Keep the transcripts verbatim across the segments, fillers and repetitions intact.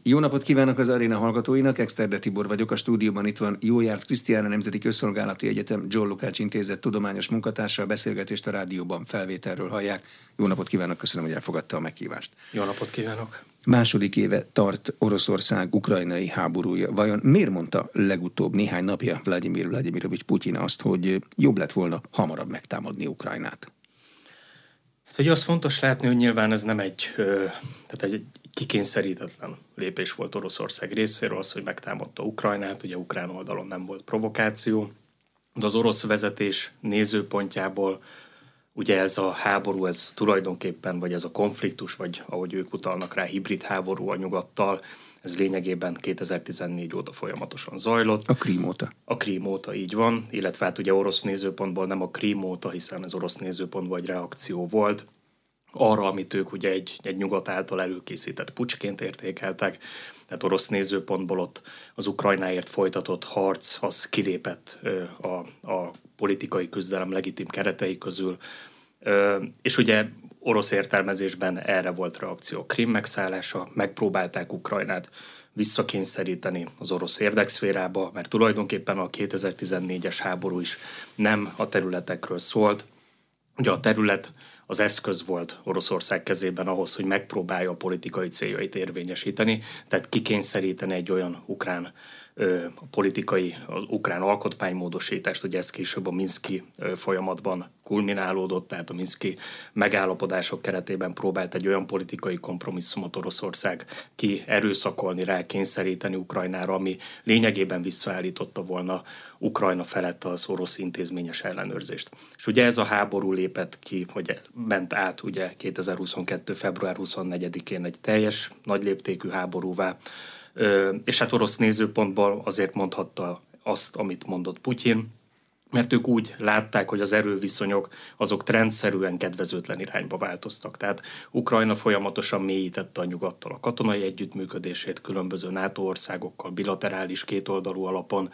Jó napot kívánok az aréna hallgatóinak, Exterde Tibor vagyok, a stúdióban itt van Jójárt Krisztián, a Nemzeti Közszolgálati Egyetem John Lukács Intézet tudományos munkatársa, a beszélgetést a rádióban felvételről hallják. Jó napot kívánok, köszönöm, hogy elfogadta a meghívást. Jó napot kívánok! Második éve tart Oroszország ukrajnai háborúja. Vajon miért mondta legutóbb néhány napja Vladimir Vladimirovics Putyin azt, hogy jobb lett volna hamarabb megtámadni Ukrajnát? Hát, hogy az fontos látni, hogy nyilván ez nem egy, tehát egy kikényszerítetlen lépés volt Oroszország részéről, az, hogy megtámadta Ukrajnát, ugye ukrán oldalon nem volt provokáció, de az orosz vezetés nézőpontjából ugye ez a háború, ez tulajdonképpen, vagy ez a konfliktus, vagy ahogy ők utalnak rá, hibrid háború a nyugattal, ez lényegében kétezer-tizennégy óta folyamatosan zajlott. A Krím óta. A Krím óta, így van, illetve hát ugye orosz nézőpontból nem a Krím óta, hiszen ez orosz nézőpontból egy reakció volt arra, amit ők ugye egy, egy nyugat által előkészített puccsként értékeltek. Tehát orosz nézőpontból ott az Ukrajnáért folytatott harc, az kilépett a, a politikai küzdelem legitim keretei közül. És ugye orosz értelmezésben erre volt reakció. Krím megszállása, megpróbálták Ukrajnát visszakényszeríteni az orosz érdekszférába, mert tulajdonképpen a kétezer-tizennégyes háború is nem a területekről szólt. Ugye a terület az eszköz volt Oroszország kezében ahhoz, hogy megpróbálja a politikai céljait érvényesíteni, tehát kikényszeríteni egy olyan ukrán ö, politikai, az ukrán alkotmánymódosítást, ugye ez később a minszki ö, folyamatban kulminálódott, tehát a minszki megállapodások keretében próbált egy olyan politikai kompromisszumot Oroszország ki erőszakolni, rá kényszeríteni Ukrajnára, ami lényegében visszaállította volna Ukrajna felett az orosz intézményes ellenőrzést. És ugye ez a háború lépett ki, hogy ment át ugye kétezer-huszonkettő. február huszonnegyedikén egy teljes, nagyléptékű háborúvá, és hát orosz nézőpontból azért mondhatta azt, amit mondott Putyin, mert ők úgy látták, hogy az erőviszonyok azok trendszerűen kedvezőtlen irányba változtak. Tehát Ukrajna folyamatosan mélyítette a nyugattal a katonai együttműködését, különböző NATO országokkal, bilaterális kétoldalú alapon,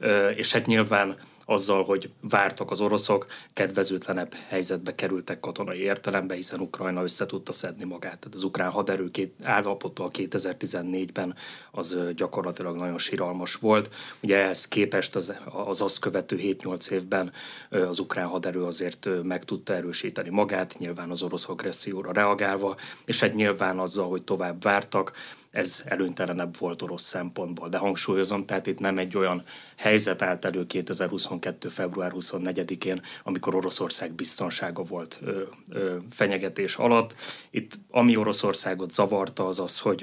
és hát nyilván azzal, hogy vártak az oroszok, kedvezőtlenebb helyzetbe kerültek katonai értelemben, hiszen Ukrajna össze tudta szedni magát. Tehát az ukrán haderő állapota kétezer-tizennégyben az gyakorlatilag nagyon siralmas volt. Ugye ehhez képest az, az azt követő hét-nyolc évben az ukrán haderő azért meg tudta erősíteni magát, nyilván az orosz agresszióra reagálva, és hát nyilván azzal, hogy tovább vártak, ez előnytelenebb volt orosz szempontból. De hangsúlyozom, tehát itt nem egy olyan helyzet állt elő kétezer-huszonkettő. február huszonnegyedikén, amikor Oroszország biztonsága volt ö, ö, fenyegetés alatt. Itt ami Oroszországot zavarta, az az, hogy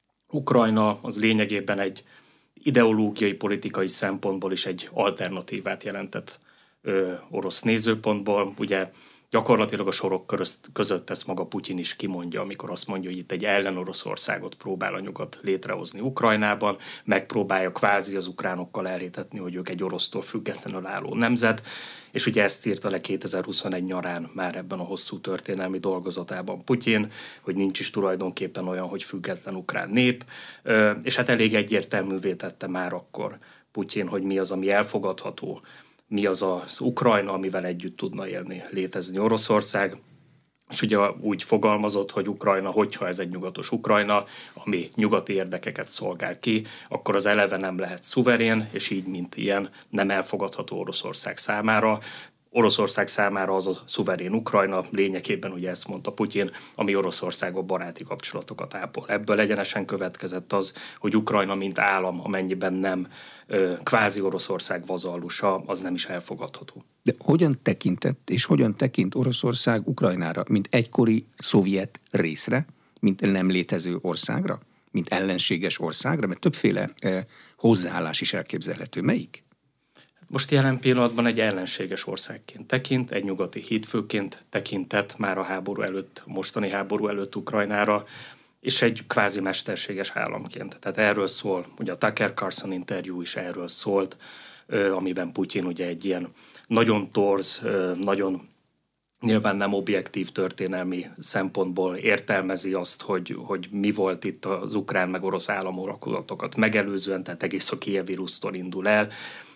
Ukrajna az lényegében egy ideológiai, politikai szempontból is egy alternatívát jelentett ö, orosz nézőpontból. Ugye gyakorlatilag a sorok között ezt maga Putyin is kimondja, amikor azt mondja, hogy itt egy ellen Oroszországot próbál a nyugat létrehozni Ukrajnában, megpróbálja kvázi az ukránokkal elhitetni, hogy ők egy orosztól függetlenül álló nemzet, és ugye ezt írta le kétezer-huszonegy nyarán már ebben a hosszú történelmi dolgozatában Putyin, hogy nincs is tulajdonképpen olyan, hogy független ukrán nép, és hát elég egyértelművé tette már akkor Putyin, hogy mi az, ami elfogadható, mi az az Ukrajna, amivel együtt tudna élni, létezni Oroszország. És ugye úgy fogalmazott, hogy Ukrajna, hogyha ez egy nyugatos Ukrajna, ami nyugati érdekeket szolgál ki, akkor az eleve nem lehet szuverén, és így, mint ilyen, nem elfogadható Oroszország számára. Oroszország számára az a szuverén Ukrajna, lényegében ugye ezt mondta Putyin, ami Oroszországgal baráti kapcsolatokat ápol. Ebből egyenesen következett az, hogy Ukrajna, mint állam, amennyiben nem ö, kvázi Oroszország vazallusa, az nem is elfogadható. De hogyan tekintett és hogyan tekint Oroszország Ukrajnára, mint egykori szovjet részre, mint nem létező országra, mint ellenséges országra, mert többféle eh, hozzáállás is elképzelhető. Melyik? Most jelen pillanatban egy ellenséges országként tekint, egy nyugati hídfőként tekintett már a háború előtt, mostani háború előtt Ukrajnára, és egy kvázi mesterséges államként. Tehát erről szól, ugye a Tucker Carlson interjú is erről szólt, amiben Putyin ugye egy ilyen nagyon torz, nagyon nyilván nem objektív történelmi szempontból értelmezi azt, hogy, hogy mi volt itt az ukrán meg orosz államorakulatokat megelőzően, tehát egész a Kijevi Rusztól indul el,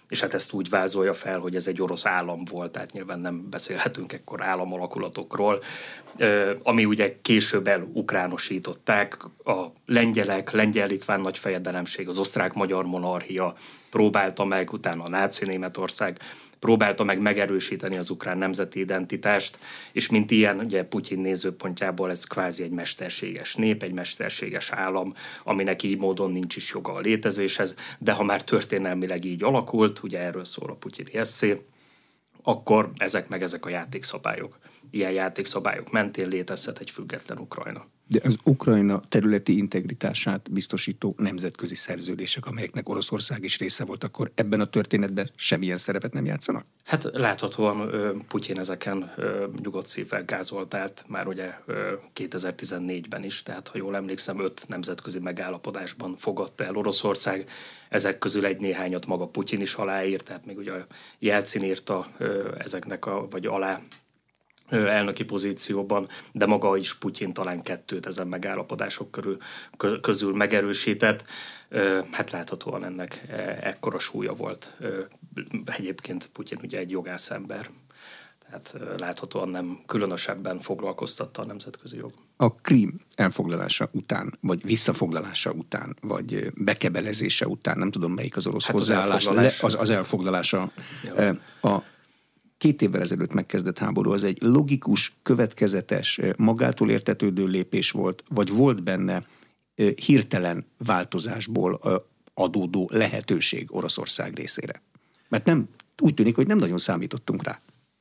és hát ezt úgy vázolja fel, hogy ez egy orosz állam volt, tehát nyilván nem beszélhetünk ekkor államalakulatokról, ami ugye később elukránosították a lengyelek, lengyel-litván nagyfejedelemség, az osztrák-magyar monarchia próbálta meg, utána a náci Németország próbálta meg megerősíteni az ukrán nemzeti identitást, és mint ilyen, ugye Putyin nézőpontjából ez kvázi egy mesterséges nép, egy mesterséges állam, aminek így módon nincs is joga a létezéshez, de ha már történelmileg így alakult, ugye erről szól a putyini esszé, akkor ezek meg ezek a játékszabályok. Ilyen játékszabályok mentén létezhet egy független Ukrajna. De az Ukrajna területi integritását biztosító nemzetközi szerződések, amelyeknek Oroszország is része volt, akkor ebben a történetben semmilyen szerepet nem játszanak? Hát láthatóan Putyin ezeken nyugodt szívvel gázoltált már ugye kétezer-tizennégyben is, tehát ha jól emlékszem, öt nemzetközi megállapodásban fogadta el Oroszország, ezek közül egy néhányat maga Putyin is aláírt, tehát még ugye Jelcin írta ezeknek a, vagy alá elnöki pozícióban, de maga is Putyin talán kettőt ezen megállapodások körül, közül megerősített. Hát láthatóan ennek ekkora súlya volt. Egyébként Putyin ugye egy jogászember, tehát láthatóan nem különösebben foglalkoztatta a nemzetközi jog. A Krím elfoglalása után, vagy visszafoglalása után, vagy bekebelezése után, nem tudom melyik az orosz hát hozzáállás, az, elfoglalás. az, az elfoglalása. Ja. A két évvel ezelőtt megkezdett háború az egy logikus, következetes, magától értetődő lépés volt, vagy volt benne hirtelen változásból adódó lehetőség Oroszország részére? Mert nem, úgy tűnik, hogy nem nagyon számítottunk rá.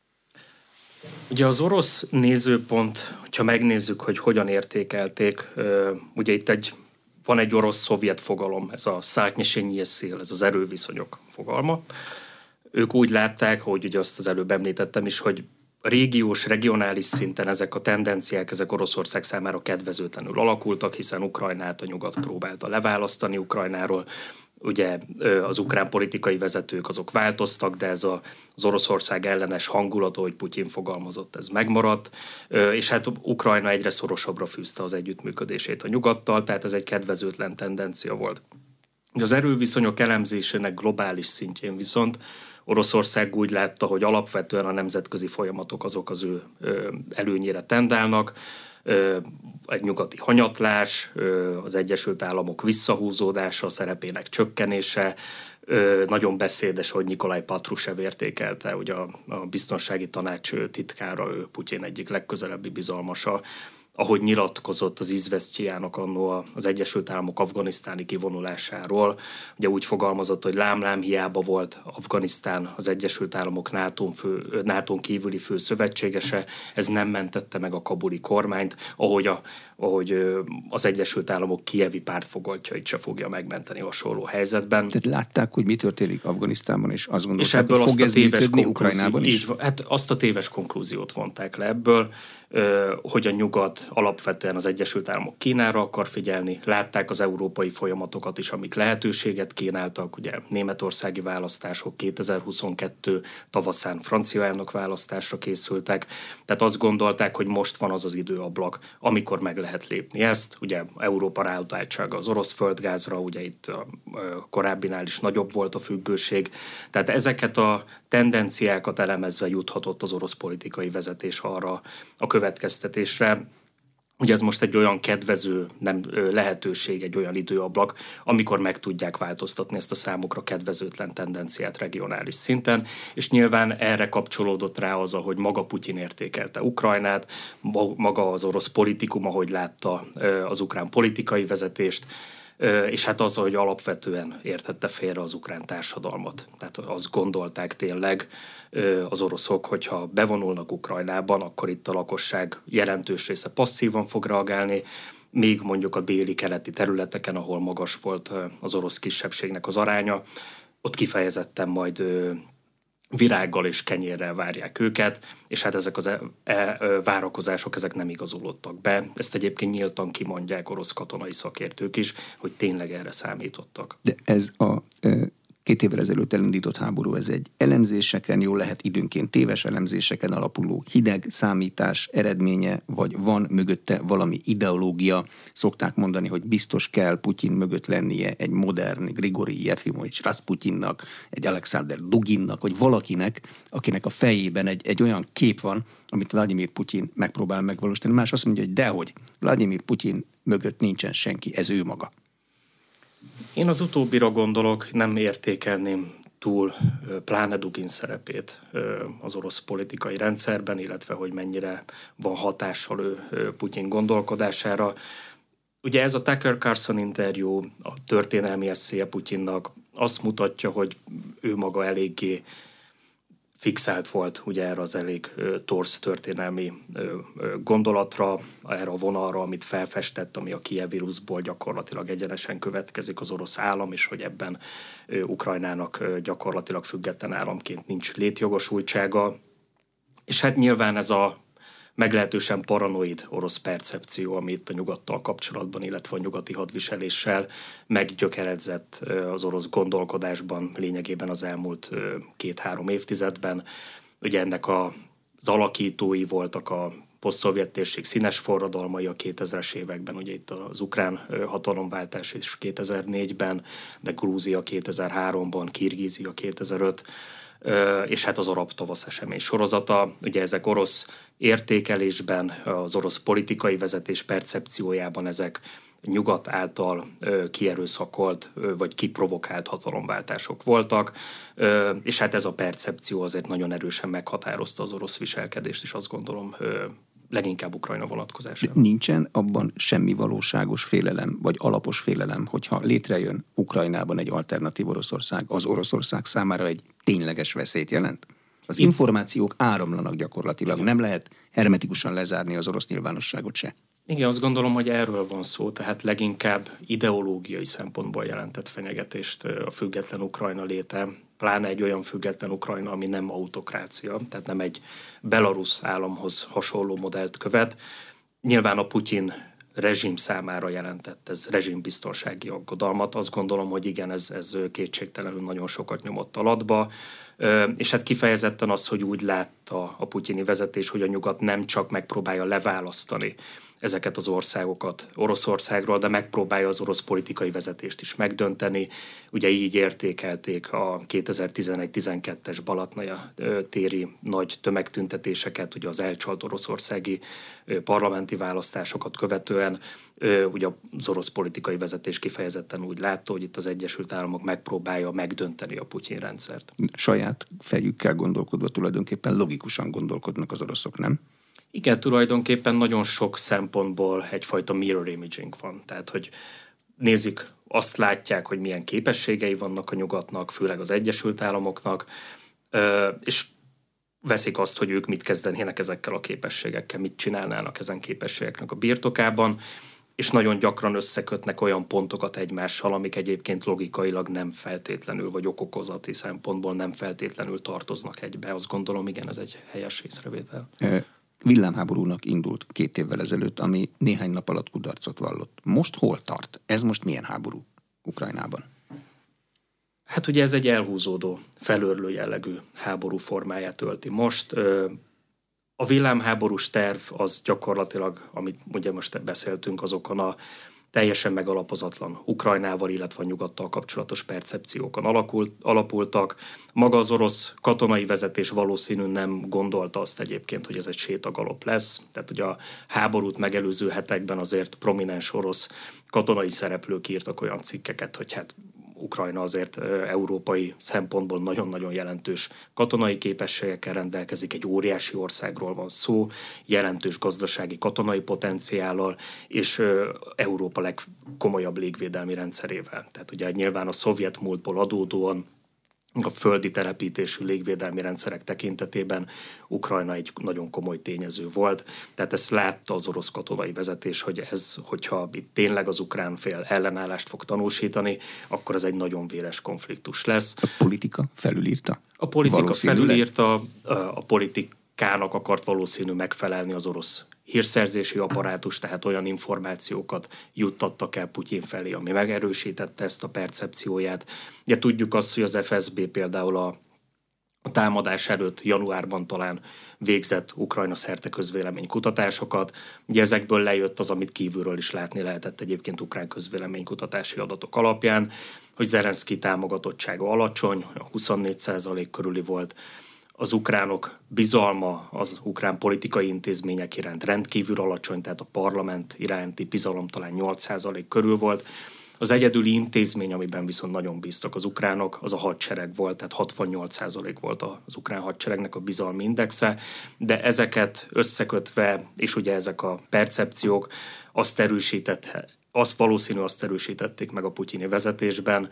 Ugye az orosz nézőpont, hogyha megnézzük, hogy hogyan értékelték, ugye itt egy, van egy orosz-szovjet fogalom, ez a szátnyesenyi szél, ez az erőviszonyok fogalma. Ők úgy látták, hogy ugye azt az előbb említettem is, hogy régiós, regionális szinten ezek a tendenciák, ezek Oroszország számára kedvezőtlenül alakultak, hiszen Ukrajnát a nyugat próbálta leválasztani Ukrajnáról. Ugye az ukrán politikai vezetők azok változtak, de ez a, az Oroszország ellenes hangulat, ahogy Putyin fogalmazott, ez megmaradt, és hát Ukrajna egyre szorosabbra fűzte az együttműködését a nyugattal, tehát ez egy kedvezőtlen tendencia volt. Az erőviszonyok elemzésének globális szintjén viszont Oroszország úgy látta, hogy alapvetően a nemzetközi folyamatok azok az ő előnyére tendálnak, egy nyugati hanyatlás, az Egyesült Államok visszahúzódása, szerepének csökkenése, nagyon beszédes, hogy Nikolaj Patrushev értékelte, ugye a, a biztonsági tanács titkára, ő Putyin egyik legközelebbi bizalmasa, ahogy nyilatkozott az Izvesztyijának annó az Egyesült Államok afganisztáni kivonulásáról. Ugye úgy fogalmazott, hogy lám-lám hiába volt Afganisztán az Egyesült Államok nátón, fő, nátón kívüli fő szövetségese, ez nem mentette meg a kabuli kormányt, ahogy, a, ahogy az Egyesült Államok kijevi pártfogoltjait se fogja megmenteni hasonló helyzetben. Tehát látták, hogy mi történik Afganisztánban, és azt gondolták, hogy fog ez működni Ukrajnában is? Így, hát azt a téves konklúziót vonták le ebből, hogy a nyugat alapvetően az Egyesült Államok Kínára akar figyelni, látták az európai folyamatokat is, amik lehetőséget kínáltak, ugye németországi választások, kétezer-huszonkettő tavaszán francia elnök választásra készültek, tehát azt gondolták, hogy most van az az időablak, amikor meg lehet lépni ezt, ugye Európa ráutaltsága az orosz földgázra, ugye itt a korábbinál is nagyobb volt a függőség, tehát ezeket a tendenciákat elemezve juthatott az orosz politikai vezetés arra a következtetésre, hogy ez most egy olyan kedvező nem, lehetőség, egy olyan időablak, amikor meg tudják változtatni ezt a számukra kedvezőtlen tendenciát regionális szinten, és nyilván erre kapcsolódott rá az, ahogy maga Putyin értékelte Ukrajnát, maga az orosz politikum, ahogy látta az ukrán politikai vezetést, és hát az, hogy alapvetően értette félre az ukrán társadalmat. Tehát azt gondolták tényleg az oroszok, hogyha bevonulnak Ukrajnában, akkor itt a lakosság jelentős része passzívan fog reagálni, még mondjuk a déli-keleti területeken, ahol magas volt az orosz kisebbségnek az aránya, ott kifejezetten majd virággal és kenyérrel várják őket, és hát ezek az e, e, várakozások ezek nem igazolódtak be. Ezt egyébként nyíltan kimondják orosz katonai szakértők is, hogy tényleg erre számítottak. De ez a e, két évvel ezelőtt elindított háború, ez egy elemzéseken, jól lehet időnként téves elemzéseken alapuló hideg számítás eredménye, vagy van mögötte valami ideológia? Szokták mondani, hogy biztos kell Putyin mögött lennie egy modern Grigori Jefimovics Rasputyinnak, egy Alexander Duginnak, vagy valakinek, akinek a fejében egy, egy olyan kép van, amit Vladimir Putyin megpróbál megvalósítani. Más azt mondja, hogy dehogy, Vladimir Putyin mögött nincsen senki, ez ő maga. Én az utóbbira gondolok, nem értékelném túl pláne Dugin szerepét az orosz politikai rendszerben, illetve hogy mennyire van hatással ő Putyin gondolkodására. Ugye ez a Tucker Carlson interjú, a történelmi eszéje Putyinnak azt mutatja, hogy ő maga eléggé fixált volt ugye erre az elég ö, torz történelmi ö, ö, gondolatra, erre a vonalra, amit felfestett, ami a Kijev vírusból gyakorlatilag egyenesen következik az orosz állam, és hogy ebben ö, Ukrajnának ö, gyakorlatilag független államként nincs létjogosultsága. És hát nyilván ez a meglehetősen paranoid orosz percepció, ami itt a nyugattal kapcsolatban, illetve a nyugati hadviseléssel meggyökeredzett az orosz gondolkodásban lényegében az elmúlt két-három évtizedben. Ugye ennek a, az alakítói voltak a posztszovjet térség színes forradalmai a kétezres években, ugye itt az ukrán hatalomváltás is kétezer-négyben, de Grúzia kétezer-háromban, Kirgízia kétezer-öt, és hát az arab tavasz esemény sorozata. Ugye ezek orosz értékelésben, az orosz politikai vezetés percepciójában ezek nyugat által kierőszakolt vagy kiprovokált hatalomváltások voltak, és hát ez a percepció azért nagyon erősen meghatározta az orosz viselkedést, és azt gondolom leginkább Ukrajna vonatkozásában. Nincsen abban semmi valóságos félelem, vagy alapos félelem, hogyha létrejön Ukrajnában egy alternatív Oroszország, az Oroszország számára egy tényleges veszélyt jelent? Az információk áramlanak gyakorlatilag, nem lehet hermetikusan lezárni az orosz nyilvánosságot se. Igen, azt gondolom, hogy erről van szó, tehát leginkább ideológiai szempontból jelentett fenyegetést a független Ukrajna léte, pláne egy olyan független Ukrajna, ami nem autokrácia, tehát nem egy belarusz államhoz hasonló modellt követ. Nyilván a Putyin rezsim számára jelentett ez rezsimbiztonsági aggodalmat. Azt gondolom, hogy igen, ez, ez kétségtelenül nagyon sokat nyomott alatba, és hát kifejezetten az, hogy úgy látta a putyini vezetés, hogy a nyugat nem csak megpróbálja leválasztani ezeket az országokat Oroszországról, de megpróbálja az orosz politikai vezetést is megdönteni. Ugye így értékelték a kétezer-tizenegy-tizenkettes Balatnaja téri nagy tömegtüntetéseket, ugye az elcsalt oroszországi parlamenti választásokat követően. Ugye az orosz politikai vezetés kifejezetten úgy látta, hogy itt az Egyesült Államok megpróbálja megdönteni a Putyin rendszert. Saját fejükkel gondolkodva tulajdonképpen logikusan gondolkodnak az oroszok, nem? Igen, tulajdonképpen nagyon sok szempontból egyfajta mirror imaging van. Tehát, hogy nézik, azt látják, hogy milyen képességei vannak a nyugatnak, főleg az Egyesült Államoknak, és veszik azt, hogy ők mit kezdenének ezekkel a képességekkel, mit csinálnának ezen képességeknek a birtokában, és nagyon gyakran összekötnek olyan pontokat egymással, amik egyébként logikailag nem feltétlenül, vagy okokozati szempontból nem feltétlenül tartoznak egybe. Azt gondolom, igen, ez egy helyes észrevétel. Villámháborúnak indult két évvel ezelőtt, ami néhány nap alatt kudarcot vallott. Most hol tart? Ez most milyen háború Ukrajnában? Hát ugye ez egy elhúzódó, felőrlő jellegű háború formáját ölti most. A villámháborús terv az gyakorlatilag, amit ugye most beszéltünk, azokon a teljesen megalapozatlan Ukrajnával, illetve a nyugattal kapcsolatos percepciókon alakult, alapultak. Maga az orosz katonai vezetés valószínű nem gondolta azt egyébként, hogy ez egy sétagalop lesz. Tehát ugye a háborút megelőző hetekben azért prominens orosz katonai szereplők írtak olyan cikkeket, hogy hát Ukrajna azért európai szempontból nagyon-nagyon jelentős katonai képességekkel rendelkezik, egy óriási országról van szó, jelentős gazdasági katonai potenciállal, és Európa legkomolyabb légvédelmi rendszerével. Tehát ugye nyilván a szovjet múltból adódóan a földi telepítésű légvédelmi rendszerek tekintetében Ukrajna egy nagyon komoly tényező volt. Tehát ezt látta az orosz katonai vezetés, hogy ez, hogyha itt tényleg az ukrán fél ellenállást fog tanúsítani, akkor ez egy nagyon véres konfliktus lesz. A politika felülírta? A politika felülírta, a politikának akart valószínű megfelelni az orosz hírszerzési apparátus, tehát olyan információkat juttattak el Putyin felé, ami megerősítette ezt a percepcióját. Ugye tudjuk azt, hogy az ef es bé például a, a támadás előtt januárban talán végzett Ukrajna szerte közvéleménykutatásokat. Ugye ezekből lejött az, amit kívülről is látni lehetett egyébként ukrán közvéleménykutatási adatok alapján, hogy Zelenszky támogatottsága alacsony, huszonnégy százalék körüli volt, az ukránok bizalma az ukrán politikai intézmények iránt rendkívül alacsony, tehát a parlament iránti bizalom talán nyolc százalék körül volt. Az egyedüli intézmény, amiben viszont nagyon bíztak az ukránok, az a hadsereg volt, tehát hatvannyolc százalék volt az ukrán hadseregnek a bizalmi indexe, de ezeket összekötve, és ugye ezek a percepciók azt erősített, azt valószínű azt erősítették meg a putyini vezetésben,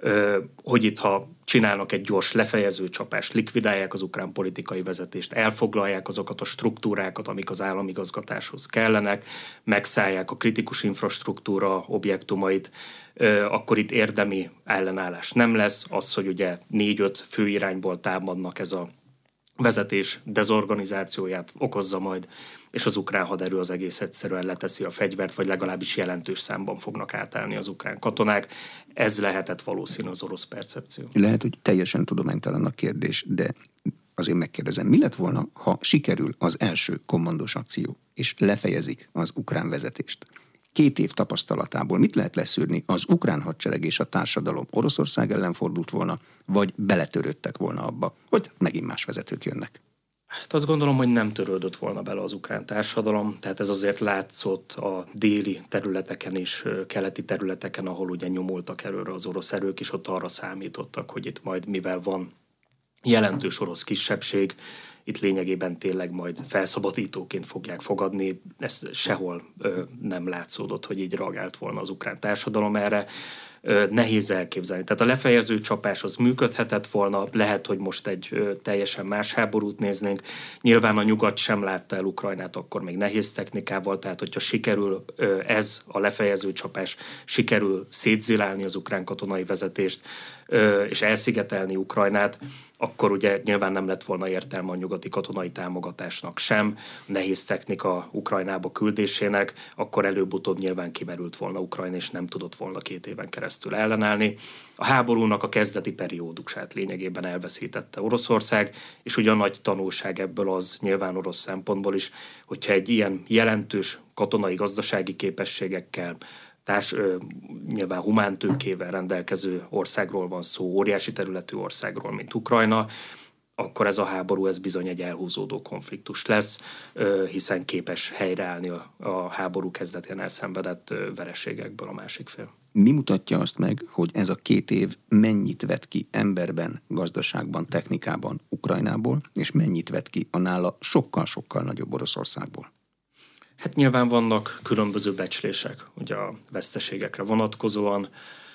hogy itt, ha csinálnak egy gyors lefejező csapást, likvidálják az ukrán politikai vezetést, elfoglalják azokat a struktúrákat, amik az államigazgatáshoz kellenek, megszállják a kritikus infrastruktúra objektumait, akkor itt érdemi ellenállás nem lesz. Az, hogy ugye négy-öt fő irányból támadnak, ez a vezetés dezorganizációját okozza majd, és az ukrán haderő az egész egyszerűen leteszi a fegyvert, vagy legalábbis jelentős számban fognak átállni az ukrán katonák. Ez lehetett valószínű az orosz percepció. Lehet, hogy teljesen tudománytalan a kérdés, de azért megkérdezem, mi lett volna, ha sikerül az első kommandos akció, és lefejezik az ukrán vezetést? Két év tapasztalatából mit lehet leszűrni? Az ukrán hadsereg és a társadalom Oroszország ellen fordult volna, vagy beletörődtek volna abba, hogy megint más vezetők jönnek? Hát azt gondolom, hogy nem törődött volna bele az ukrán társadalom, tehát ez azért látszott a déli területeken is, keleti területeken, ahol ugye nyomultak előre az orosz erők, és ott arra számítottak, hogy itt majd mivel van jelentős orosz kisebbség, itt lényegében tényleg majd felszabadítóként fogják fogadni. Ez sehol ö, nem látszódott, hogy így reagált volna az ukrán társadalom erre. Ö, nehéz elképzelni. Tehát a lefejező csapás az működhetett volna, lehet, hogy most egy ö, teljesen más háborút néznénk. Nyilván a nyugat sem látta el Ukrajnát akkor még nehéz technikával, tehát hogyha sikerül ö, ez a lefejező csapás, sikerül szétzilálni az ukrán katonai vezetést, ö, és elszigetelni Ukrajnát, akkor ugye nyilván nem lett volna értelme a nyugati katonai támogatásnak sem, nehéz technika Ukrajnába küldésének, akkor előbb-utóbb nyilván kimerült volna Ukrajna, és nem tudott volna két éven keresztül ellenállni. A háborúnak a kezdeti periódusát lényegében elveszítette Oroszország, és ugye a nagy tanulság ebből az nyilván orosz szempontból is, hogyha egy ilyen jelentős katonai gazdasági képességekkel, társ, ö, nyilván humántőkével rendelkező országról van szó, óriási területű országról, mint Ukrajna, akkor ez a háború ez bizony egy elhúzódó konfliktus lesz, ö, hiszen képes helyreállni a, a háború kezdetén elszenvedett ö, vereségekből a másik fél. Mi mutatja azt meg, hogy ez a két év mennyit vett ki emberben, gazdaságban, technikában Ukrajnából, és mennyit vett ki a nála sokkal-sokkal nagyobb Oroszországból? Hát nyilván vannak különböző becslések, ugye a veszteségekre vonatkozóan.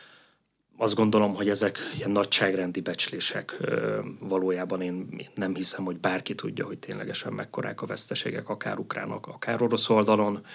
Azt gondolom, hogy ezek ilyen nagyságrendi becslések. Valójában én nem hiszem, hogy bárki tudja, hogy ténylegesen mekkorák a veszteségek, akár ukránok, akár orosz oldalon.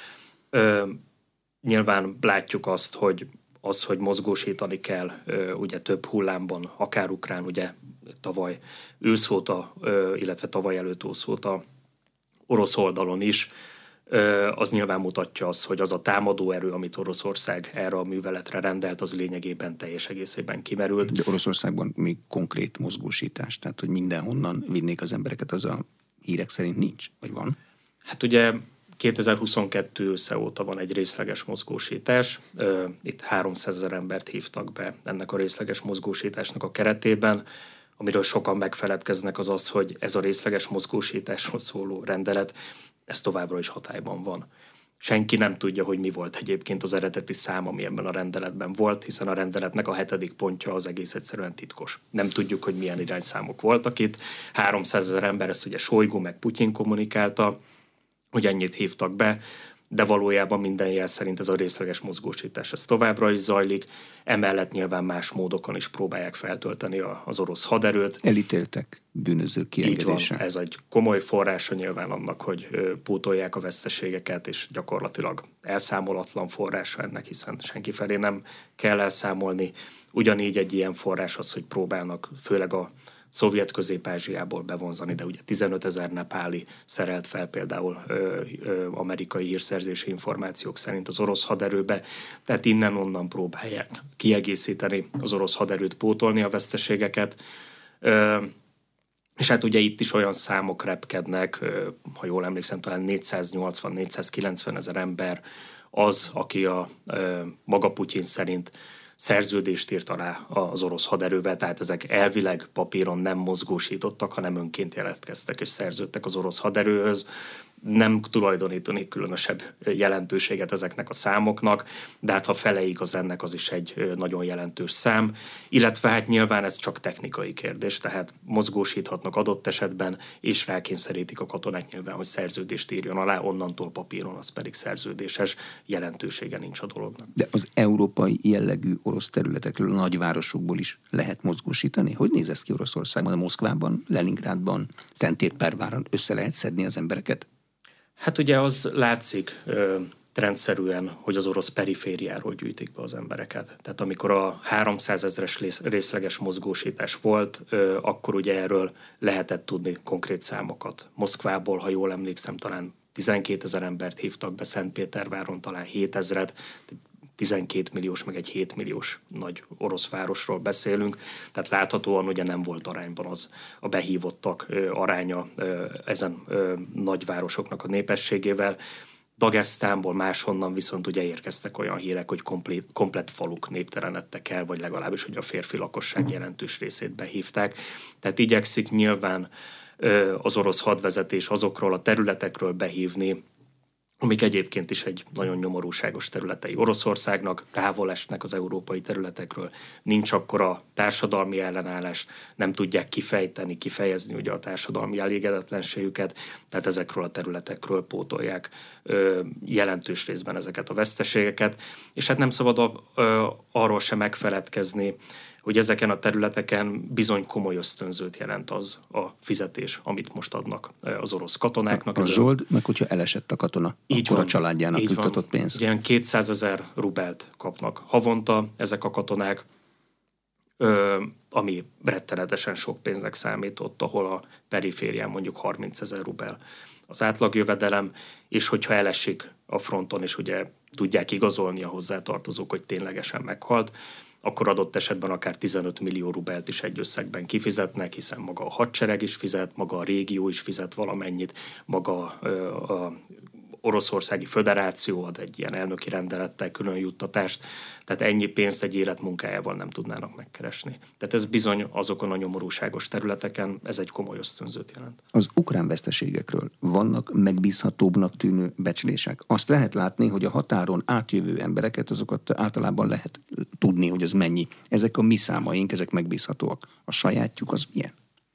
Nyilván látjuk azt, hogy az, hogy mozgósítani kell ugye több hullámban, akár ukrán, ugye tavaly ősz óta, illetve tavaly előtt ősz óta orosz oldalon is, az nyilván mutatja azt, hogy az a támadó erő, amit Oroszország erre a műveletre rendelt, az lényegében teljes egészében kimerült. De Oroszországban még konkrét mozgósítás, tehát hogy mindenhonnan vinnék az embereket, az a hírek szerint nincs, vagy van? Hát ugye kétezer-huszonkettő össze óta van egy részleges mozgósítás. Itt háromszázezer embert hívtak be ennek a részleges mozgósításnak a keretében. Amiről sokan megfeledkeznek, az az, hogy ez a részleges mozgósításról szóló rendelet, ez továbbra is hatályban van. Senki nem tudja, hogy mi volt egyébként az eredeti szám, ami ebben a rendeletben volt, hiszen a rendeletnek a hetedik pontja az egész egyszerűen titkos. Nem tudjuk, hogy milyen irányszámok voltak itt. háromszázezer ember, ezt ugye Sojgu meg Putyin kommunikálta, hogy ennyit hívtak be, de valójában minden jel szerint ez a részleges mozgósítás ez továbbra is zajlik. Emellett nyilván más módokon is próbálják feltölteni az orosz haderőt. Elítéltek bűnözők kiengedése. Így van, ez egy komoly forrása nyilván annak, hogy pótolják a veszteségeket, és gyakorlatilag elszámolatlan forrása ennek, hiszen senki felé nem kell elszámolni. Ugyanígy egy ilyen forrás az, hogy próbálnak főleg a szovjet Közép-Ázsiából bevonzani, de ugye tizenötezer nepáli szerelt fel például ö, ö, amerikai hírszerzési információk szerint az orosz haderőbe, tehát innen-onnan próbálják kiegészíteni az orosz haderőt, pótolni a veszteségeket. Ö, és hát ugye itt is olyan számok repkednek, ö, ha jól emlékszem, talán négyszáznyolcvan-négyszázkilencven ezer ember az, aki a ö, maga Putyin szerint szerződést írt alá az orosz haderővel, tehát ezek elvileg papíron nem mozgósítottak, hanem önként jelentkeztek és szerződtek az orosz haderőhöz. Nem tulajdonítani különösebb jelentőséget ezeknek a számoknak, de hát ha fele igaz ennek, az is egy nagyon jelentős szám, illetve hát nyilván ez csak technikai kérdés, tehát mozgósíthatnak adott esetben, és rákényszerítik a katonát nyilván, hogy szerződést írjon alá, onnantól papíron az pedig szerződéses, jelentősége nincs a dolognak. De az európai jellegű orosz területekről, a nagyvárosokból is lehet mozgósítani? Hogy néz ez ki Oroszországban, a Moszkvában, Leningrádban, Szentpéterváron össze lehet szedni az embereket? Hát ugye az látszik ö, rendszerűen, hogy az orosz perifériáról gyűjtik be az embereket. Tehát amikor a háromszázezres részleges mozgósítás volt, ö, akkor ugye erről lehetett tudni konkrét számokat. Moszkvából, ha jól emlékszem, talán tizenkétezer embert hívtak be, Szentpéterváron talán hétezret, tizenkét milliós, meg egy hét milliós nagy orosz városról beszélünk, tehát láthatóan ugye nem volt arányban az a behívottak ö, aránya ö, ezen ö, nagyvárosoknak a népességével. Dagesztánból, máshonnan viszont ugye érkeztek olyan hírek, hogy komplét, komplett faluk néptelenedtek el, vagy legalábbis, hogy a férfi lakosság jelentős részét behívták. Tehát igyekszik nyilván ö, az orosz hadvezetés azokról a területekről behívni, amik egyébként is egy nagyon nyomorúságos területei Oroszországnak, távol esnek az európai területekről, nincs akkora társadalmi ellenállás, nem tudják kifejteni, kifejezni ugye a társadalmi elégedetlenségüket, tehát ezekről a területekről pótolják ö, jelentős részben ezeket a veszteségeket, és hát nem szabad a, ö, arról sem megfeledkezni, hogy ezeken a területeken bizony komoly ösztönzőt jelent az a fizetés, amit most adnak az orosz katonáknak. A, a zsold, meg hogyha elesett a katona, így akkor van, a családjának juttatott pénz. Ilyen kétszázezer rubelt kapnak havonta ezek a katonák, ö, ami rettenetesen sok pénznek számított, ahol a periférián mondjuk harmincezer rubel az átlagjövedelem, és hogyha elesik a fronton, és ugye tudják igazolni a hozzátartozók, hogy ténylegesen meghalt, akkor adott esetben akár tizenöt millió rubelt is egy összegben kifizetnek, hiszen maga a hadsereg is fizet, maga a régió is fizet valamennyit, maga a Oroszországi Föderáció ad egy ilyen elnöki rendelettel külön juttatást, tehát ennyi pénzt egy életmunkájával nem tudnának megkeresni. Tehát ez bizony azokon a nyomorúságos területeken, ez egy komoly ösztönzőt jelent. Az ukrán veszteségekről vannak megbízhatóbbnak tűnő becslések. Azt lehet látni, hogy a határon átjövő embereket, azokat általában lehet tudni, hogy az mennyi. Ezek a mi számaink, ezek megbízhatóak. A sajátjuk az milyen?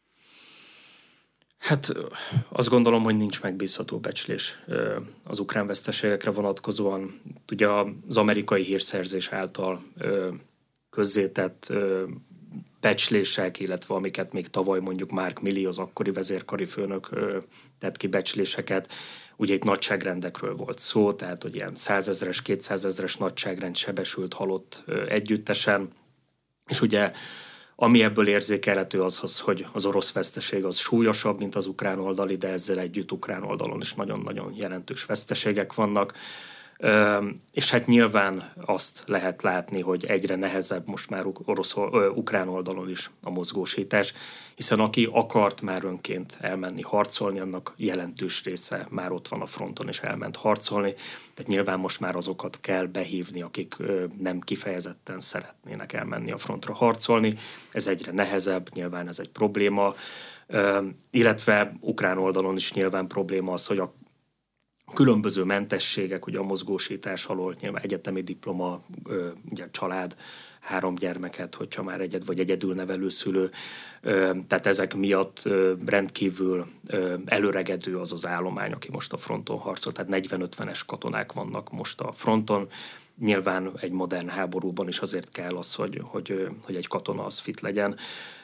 Hát azt gondolom, hogy nincs megbízható becslés az ukrán veszteségekre vonatkozóan. Ugye az amerikai hírszerzés által közzétett becslések, illetve amiket még tavaly mondjuk Mark Milley, az akkori vezérkari főnök tett ki becsléseket, ugye itt nagyságrendekről volt szó, tehát hogy ilyen százezres, kétszázezres nagyságrend sebesült, halott együttesen, és ugye ami ebből érzékelhető az, az, hogy az orosz veszteség az súlyosabb, mint az ukrán oldali, de ezzel együtt ukrán oldalon is nagyon-nagyon jelentős veszteségek vannak. És hát nyilván azt lehet látni, hogy egyre nehezebb most már orosz, ukrán oldalon is a mozgósítás, hiszen aki akart már önként elmenni harcolni, annak jelentős része már ott van a fronton és elment harcolni, tehát nyilván most már azokat kell behívni, akik nem kifejezetten szeretnének elmenni a frontra harcolni. Ez egyre nehezebb, nyilván ez egy probléma, illetve ukrán oldalon is nyilván probléma az, hogy a különböző mentességek, ugye a mozgósítás alól, nyilván egyetemi diploma, ugye család, három gyermeket, hogyha már egyed vagy egyedül nevelő szülő, tehát ezek miatt rendkívül előregedő az az állomány, aki most a fronton harcol, tehát negyven-ötvenes katonák vannak most a fronton, Nyilván egy modern háborúban is azért kell az, hogy, hogy, hogy egy katona az fit legyen.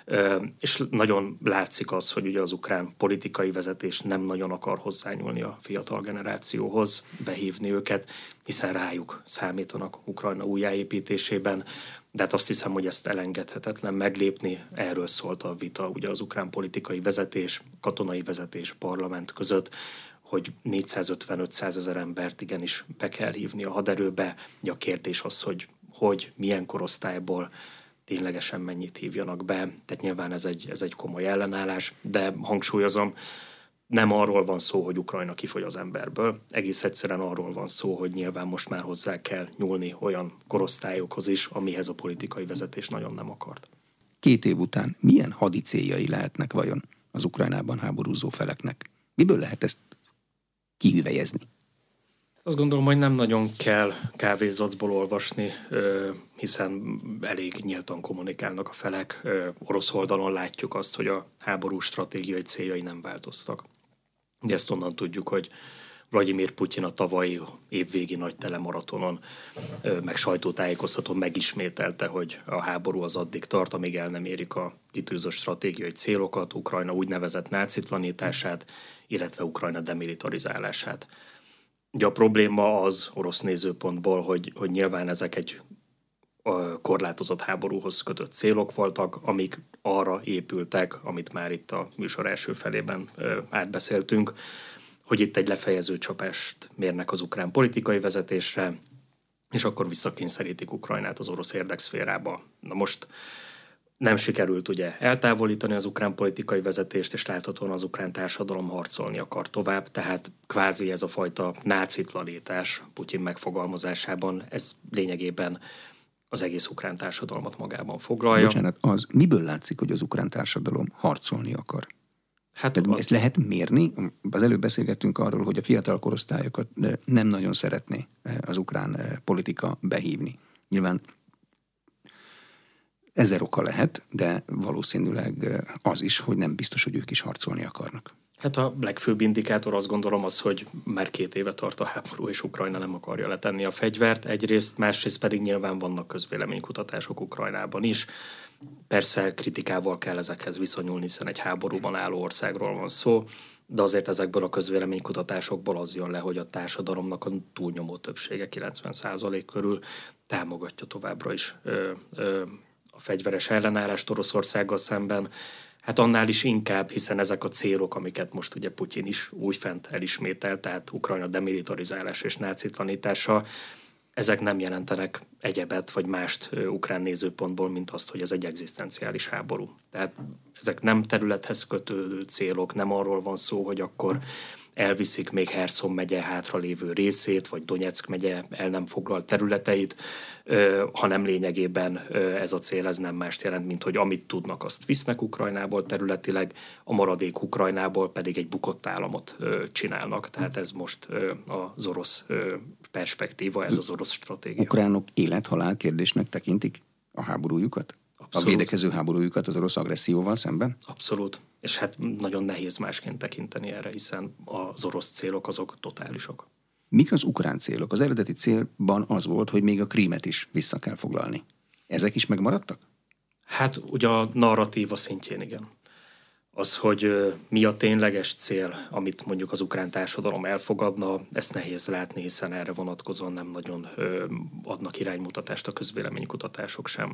És nagyon látszik az, hogy ugye az ukrán politikai vezetés nem nagyon akar hozzányúlni a fiatal generációhoz, behívni őket, hiszen rájuk számítanak Ukrajna újjáépítésében, de hát azt hiszem, hogy ezt elengedhetetlen meglépni. Erről szólt a vita ugye az ukrán politikai vezetés, katonai vezetés, parlament között, hogy négyszázötven-ötszáz ezer embert igenis be kell hívni a haderőbe. A kérdés az, hogy, hogy milyen korosztályból ténylegesen mennyit hívjanak be. Tehát nyilván ez egy, ez egy komoly ellenállás, de hangsúlyozom, nem arról van szó, hogy Ukrajna kifogy az emberből. Egész egyszerűen arról van szó, hogy nyilván most már hozzá kell nyúlni olyan korosztályokhoz is, amihez a politikai vezetés nagyon nem akart. Két év után milyen hadi céljai lehetnek vajon az Ukrajnában háborúzó feleknek? Miből lehet ezt kihüvelyezni? Azt gondolom, hogy nem nagyon kell kávézacból olvasni, hiszen elég nyíltan kommunikálnak a felek. Orosz oldalon látjuk azt, hogy a háború stratégiai céljai nem változtak. De ezt onnan tudjuk, hogy Vladimir Putyin a tavalyi évvégi nagy telemaratonon, meg sajtótájékoztatón megismételte, hogy a háború az addig tart, amíg el nem érik a kitűzött stratégiai célokat, Ukrajna úgynevezett nácitlanítását, illetve Ukrajna demilitarizálását. Ugye a probléma az orosz nézőpontból, hogy, hogy nyilván ezek egy korlátozott háborúhoz kötött célok voltak, amik arra épültek, amit már itt a műsor első felében átbeszéltünk, hogy itt egy lefejező csapást mérnek az ukrán politikai vezetésre, és akkor visszakényszerítik Ukrajnát az orosz érdekszférába. Na most nem sikerült ugye eltávolítani az ukrán politikai vezetést, és láthatóan az ukrán társadalom harcolni akar tovább, tehát kvázi ez a fajta nácitlanítás Putyin megfogalmazásában, ez lényegében az egész ukrán társadalmat magában foglalja. Bocsánat, az miből látszik, hogy az ukrán társadalom harcolni akar? Hát az... ezt lehet mérni? Az előbb beszélgettünk arról, hogy a fiatal korosztályokat nem nagyon szeretné az ukrán politika behívni. Nyilván ezer oka lehet, de valószínűleg az is, hogy nem biztos, hogy ők is harcolni akarnak. Hát a legfőbb indikátor azt gondolom az, hogy már két éve tart a háború, és Ukrajna nem akarja letenni a fegyvert egyrészt, másrészt pedig nyilván vannak közvéleménykutatások Ukrajnában is. Persze kritikával kell ezekhez viszonyulni, hiszen egy háborúban álló országról van szó, de azért ezekből a közvéleménykutatásokból az jön le, hogy a társadalomnak a túlnyomó többsége, kilencven százalék körül támogatja továbbra is ö, ö, a fegyveres ellenállást Oroszországgal szemben. Hát annál is inkább, hiszen ezek a célok, amiket most ugye Putyin is újfent elismételt, tehát Ukrajna demilitarizálása és nácitlanítása, ezek nem jelentenek egyebet vagy mást ukrán nézőpontból, mint azt, hogy ez egy egzisztenciális háború. Tehát ezek nem területhez kötődő célok, nem arról van szó, hogy akkor elviszik még Herszon megye hátralévő részét, vagy Donyeck megye el nem foglalt területeit, hanem lényegében ez a cél ez nem mást jelent, mint hogy amit tudnak, azt visznek Ukrajnából területileg, a maradék Ukrajnából pedig egy bukott államot csinálnak. Tehát ez most az orosz perspektíva, ez az orosz stratégia. Ukránok élet-halál kérdésnek tekintik a háborújukat? Abszolút. A védekező háborújukat az orosz agresszióval szemben? Abszolút. És hát nagyon nehéz másként tekinteni erre, hiszen az orosz célok azok totálisak. Mik az ukrán célok? Az eredeti célban az volt, hogy még a Krímet is vissza kell foglalni. Ezek is megmaradtak? Hát ugye a narratíva szintjén igen. Az, hogy mi a tényleges cél, amit mondjuk az ukrán társadalom elfogadna, ezt nehéz látni, hiszen erre vonatkozóan nem nagyon adnak iránymutatást a közvéleménykutatások sem.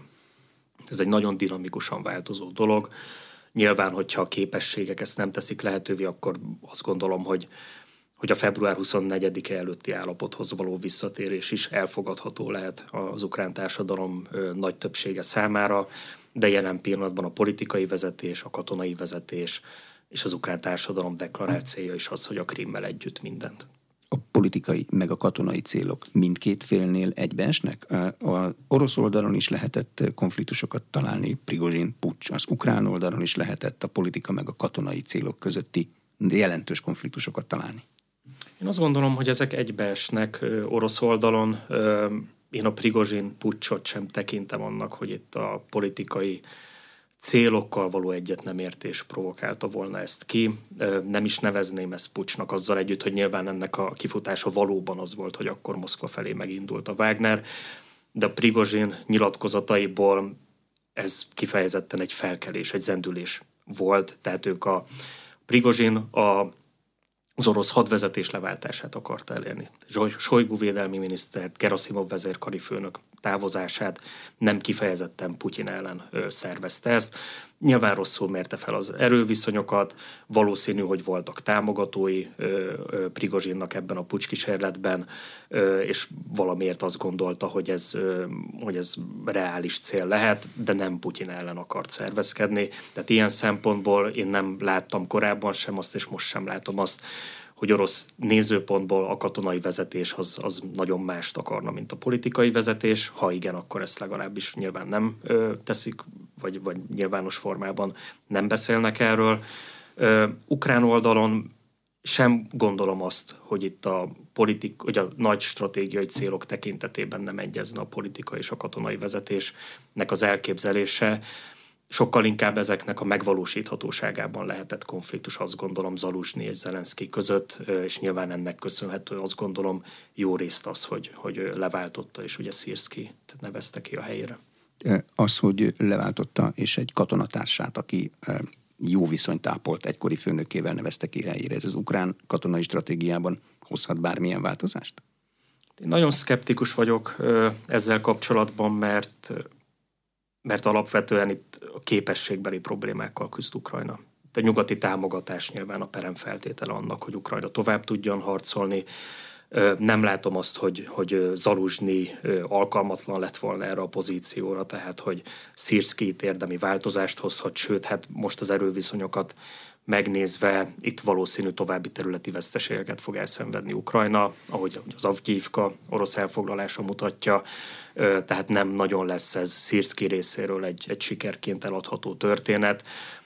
Ez egy nagyon dinamikusan változó dolog. Nyilván, hogyha a képességek ezt nem teszik lehetővé, akkor azt gondolom, hogy, hogy a február huszonnegyedike előtti állapothoz való visszatérés is elfogadható lehet az ukrán társadalom nagy többsége számára, de jelen pillanatban a politikai vezetés, a katonai vezetés és az ukrán társadalom deklarált célja is az, hogy a Krímmel együtt mindent. A politikai meg a katonai célok mindkét félnél egybeesnek? Az orosz oldalon is lehetett konfliktusokat találni, Prigozsin, puccs, az ukrán oldalon is lehetett a politika meg a katonai célok közötti jelentős konfliktusokat találni. Én azt gondolom, hogy ezek egybeesnek orosz oldalon. Én a Prigozsin puccsot sem tekintem annak, hogy itt a politikai célokkal való egyetnemértés provokálta volna ezt ki. Nem is nevezném ezt puccsnak, azzal együtt, hogy nyilván ennek a kifutása valóban az volt, hogy akkor Moszkva felé megindult a Wagner, de a Prigozsin nyilatkozataiból ez kifejezetten egy felkelés, egy zendülés volt, tehát ők a Prigozsin a az orosz hadvezetés leváltását akarta elérni. Sojgu védelmi minisztert, Gerasimov vezérkari főnök távozását nem kifejezetten Putyin ellen ö, szervezte ezt. Nyilván rosszul mérte fel az erőviszonyokat, valószínű, hogy voltak támogatói ö, ö, Prigozsinnak ebben a pucskísérletben, ö, és valamiért azt gondolta, hogy ez, ö, hogy ez reális cél lehet, de nem Putyin ellen akart szervezkedni. Tehát ilyen szempontból én nem láttam korábban sem azt, és most sem látom azt, hogy orosz nézőpontból a katonai vezetés az, az nagyon mást akarna, mint a politikai vezetés. Ha igen, akkor ezt legalábbis nyilván nem ö, teszik, vagy, vagy nyilvános formában nem beszélnek erről. Ö, ukrán oldalon sem gondolom azt, hogy itt a, politik, hogy a nagy stratégiai célok tekintetében nem egyezne a politika és a katonai vezetésnek az elképzelése. Sokkal inkább ezeknek a megvalósíthatóságában lehetett konfliktus, azt gondolom, Zaluzsnyi és Zelenszkij között, és nyilván ennek köszönhető, azt gondolom, jó részt az, hogy, hogy leváltotta, és ugye Szirszkijt nevezte ki a helyére. Az, hogy leváltotta, és egy katonatársát, aki jó viszonyt ápolt egykori főnökével nevezte ki helyére, ez az ukrán katonai stratégiában hozhat bármilyen változást? Én nagyon szkeptikus vagyok ezzel kapcsolatban, mert mert alapvetően itt a képességbeli problémákkal küzd Ukrajna. A nyugati támogatás nyilván a peremfeltétele annak, hogy Ukrajna tovább tudjon harcolni. Nem látom azt, hogy, hogy Zaluzsnyi alkalmatlan lett volna erre a pozícióra, tehát hogy Szirszkijt érdemi változást hozhat, sőt, hát most az erőviszonyokat megnézve itt valószínű további területi veszteségeket fog elszenvedni Ukrajna, ahogy az Avdyivka orosz elfoglalása mutatja, tehát nem nagyon lesz ez Szirszkij részéről egy, egy sikerként eladható történet.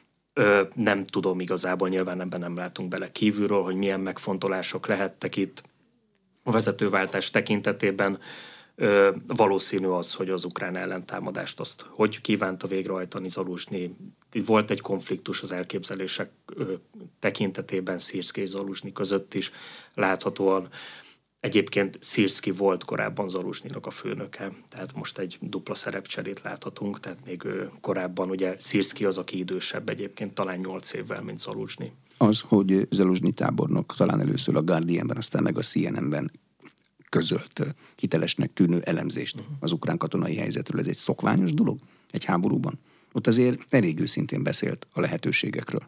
Nem tudom igazából, nyilván ebben nem látunk bele kívülről, hogy milyen megfontolások lehettek itt a vezetőváltás tekintetében. Valószínű az, hogy az ukrán ellentámadást azt hogy kívánta végrehajtani Zaluzsnyi. Volt egy konfliktus az elképzelések tekintetében Szirszkij és Zaluzsnyi között is láthatóan. Egyébként Szirszkij volt korábban Zaluzsnyinak a főnöke, tehát most egy dupla szerepcserét láthatunk, tehát még korábban ugye Szirszkij az, aki idősebb egyébként, talán nyolc évvel, mint Zaluzsnyi. Az, hogy Zaluzsnyi tábornok talán először a Guardianben, aztán meg a C N N-ben közölt hitelesnek tűnő elemzést uh-huh. az ukrán katonai helyzetről, ez egy szokványos dolog egy háborúban? Ott azért elég őszintén beszélt a lehetőségekről.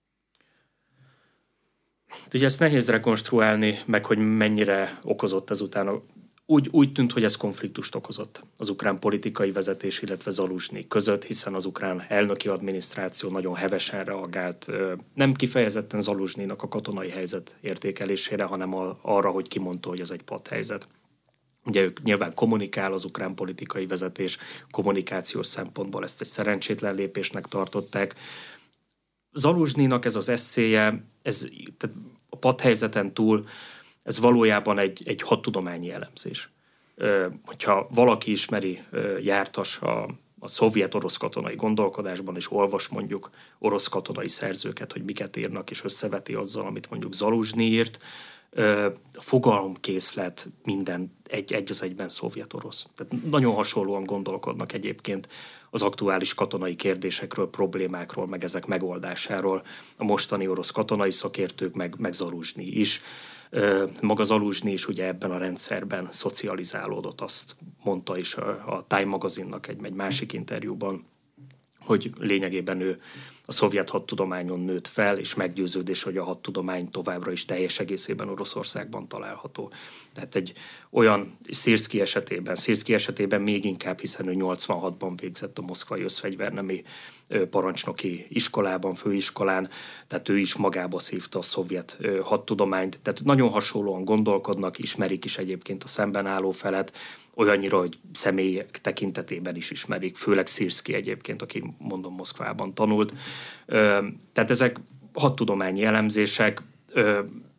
Ugye ezt nehéz rekonstruálni, meg hogy mennyire okozott ezután. Úgy, úgy tűnt, hogy ez konfliktust okozott az ukrán politikai vezetés, illetve Zaluzsnyi között, hiszen az ukrán elnöki adminisztráció nagyon hevesen reagált, nem kifejezetten Zaluzsnyinak a katonai helyzet értékelésére, hanem a, arra, hogy kimondta, hogy ez egy patthelyzet. Ugye ők nyilván kommunikál, az ukrán politikai vezetés kommunikációs szempontból ezt egy szerencsétlen lépésnek tartották. Zaluzsnyinak ez az esszéje, ez, tehát a patthelyzeten túl, ez valójában egy, egy hadtudományi elemzés. Ö, hogyha valaki ismeri, ö, jártas a, a szovjet-orosz katonai gondolkodásban, és olvas mondjuk orosz katonai szerzőket, hogy miket írnak, és összeveti azzal, amit mondjuk Zaluzsnyi írt, ö, a fogalomkészlet minden egy, egy az egyben szovjet-orosz. Tehát nagyon hasonlóan gondolkodnak egyébként az aktuális katonai kérdésekről, problémákról, meg ezek megoldásáról a mostani orosz katonai szakértők, meg, meg Zaluzsnyi is. Maga Zaluzsnyi is ugye ebben a rendszerben szocializálódott, azt mondta is a, a Time magazinnak egy, egy másik interjúban, hogy lényegében ő a szovjet hadtudományon nőtt fel, és meggyőződés, hogy a hadtudomány továbbra is teljes egészében Oroszországban található. Tehát egy olyan Szirszkij esetében, Szirszkij esetében még inkább, hiszen ő nyolcvanhatban végzett a moszkvai összfegyvernemi parancsnoki iskolában, főiskolán, tehát ő is magába szívta a szovjet hadtudományt. Tehát nagyon hasonlóan gondolkodnak, ismerik is egyébként a szemben álló felet, olyannyira, hogy személyek tekintetében is ismerik, főleg Szirszkij egyébként, aki mondom Moszkvában tanult. Tehát ezek hadtudományi elemzések,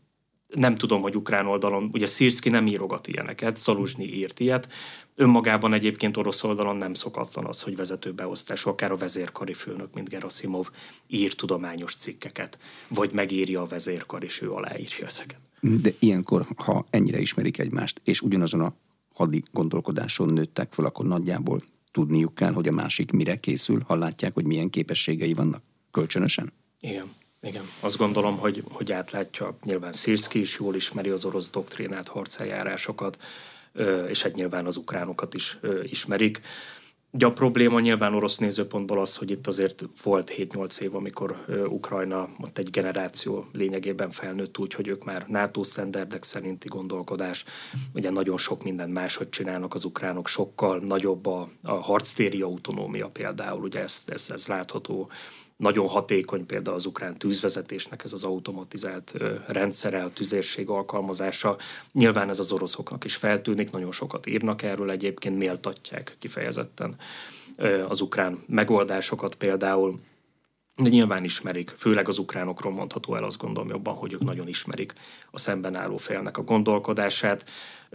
nem tudom, hogy ukrán oldalon, ugye Szirszky nem írogat ilyeneket, Zaluzsnyi írt ilyet. Önmagában egyébként orosz oldalon nem szokatlan az, hogy vezetőbeosztású, akár a vezérkari főnök, mint Gerasimov ír tudományos cikkeket, vagy megírja a vezérkar, és ő aláírja ezeket. De ilyenkor, ha ennyire ismerik egymást, és ugyanazon a hadi gondolkodáson nőttek fel, akkor nagyjából tudniuk kell, hogy a másik mire készül, ha látják, hogy milyen képességei vannak kölcsönösen? Igen. Igen, azt gondolom, hogy, hogy átlátja, nyilván Szirszky is jól ismeri az orosz doktrinát, harceljárásokat, és hát nyilván az ukránokat is ismerik. Ugye a probléma nyilván orosz nézőpontból az, hogy itt azért volt hét-nyolc év, amikor Ukrajna ott egy generáció lényegében felnőtt úgy, hogy ők már NATO sztenderdek szerinti gondolkodás, ugye nagyon sok mindent máshogy csinálnak az ukránok, sokkal nagyobb a, a harctéri autonómia például, ugye ez, ez, ez látható. Nagyon hatékony például az ukrán tűzvezetésnek ez az automatizált rendszere, a tüzérség alkalmazása. Nyilván ez az oroszoknak is feltűnik, nagyon sokat írnak erről egyébként, méltatják kifejezetten az ukrán megoldásokat például. De nyilván ismerik, főleg az ukránokról mondható el, azt gondolom jobban, hogy ők nagyon ismerik a szemben álló félnek a gondolkodását.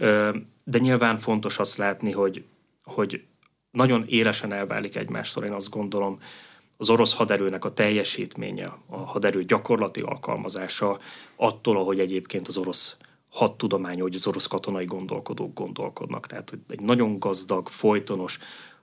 De nyilván fontos azt látni, hogy, hogy nagyon élesen elválik egymástól, én azt gondolom, az orosz haderőnek a teljesítménye, a haderő gyakorlati alkalmazása attól, ahogy egyébként az orosz hadtudomány, hogy az orosz katonai gondolkodók gondolkodnak. Tehát hogy egy nagyon gazdag, folytonos,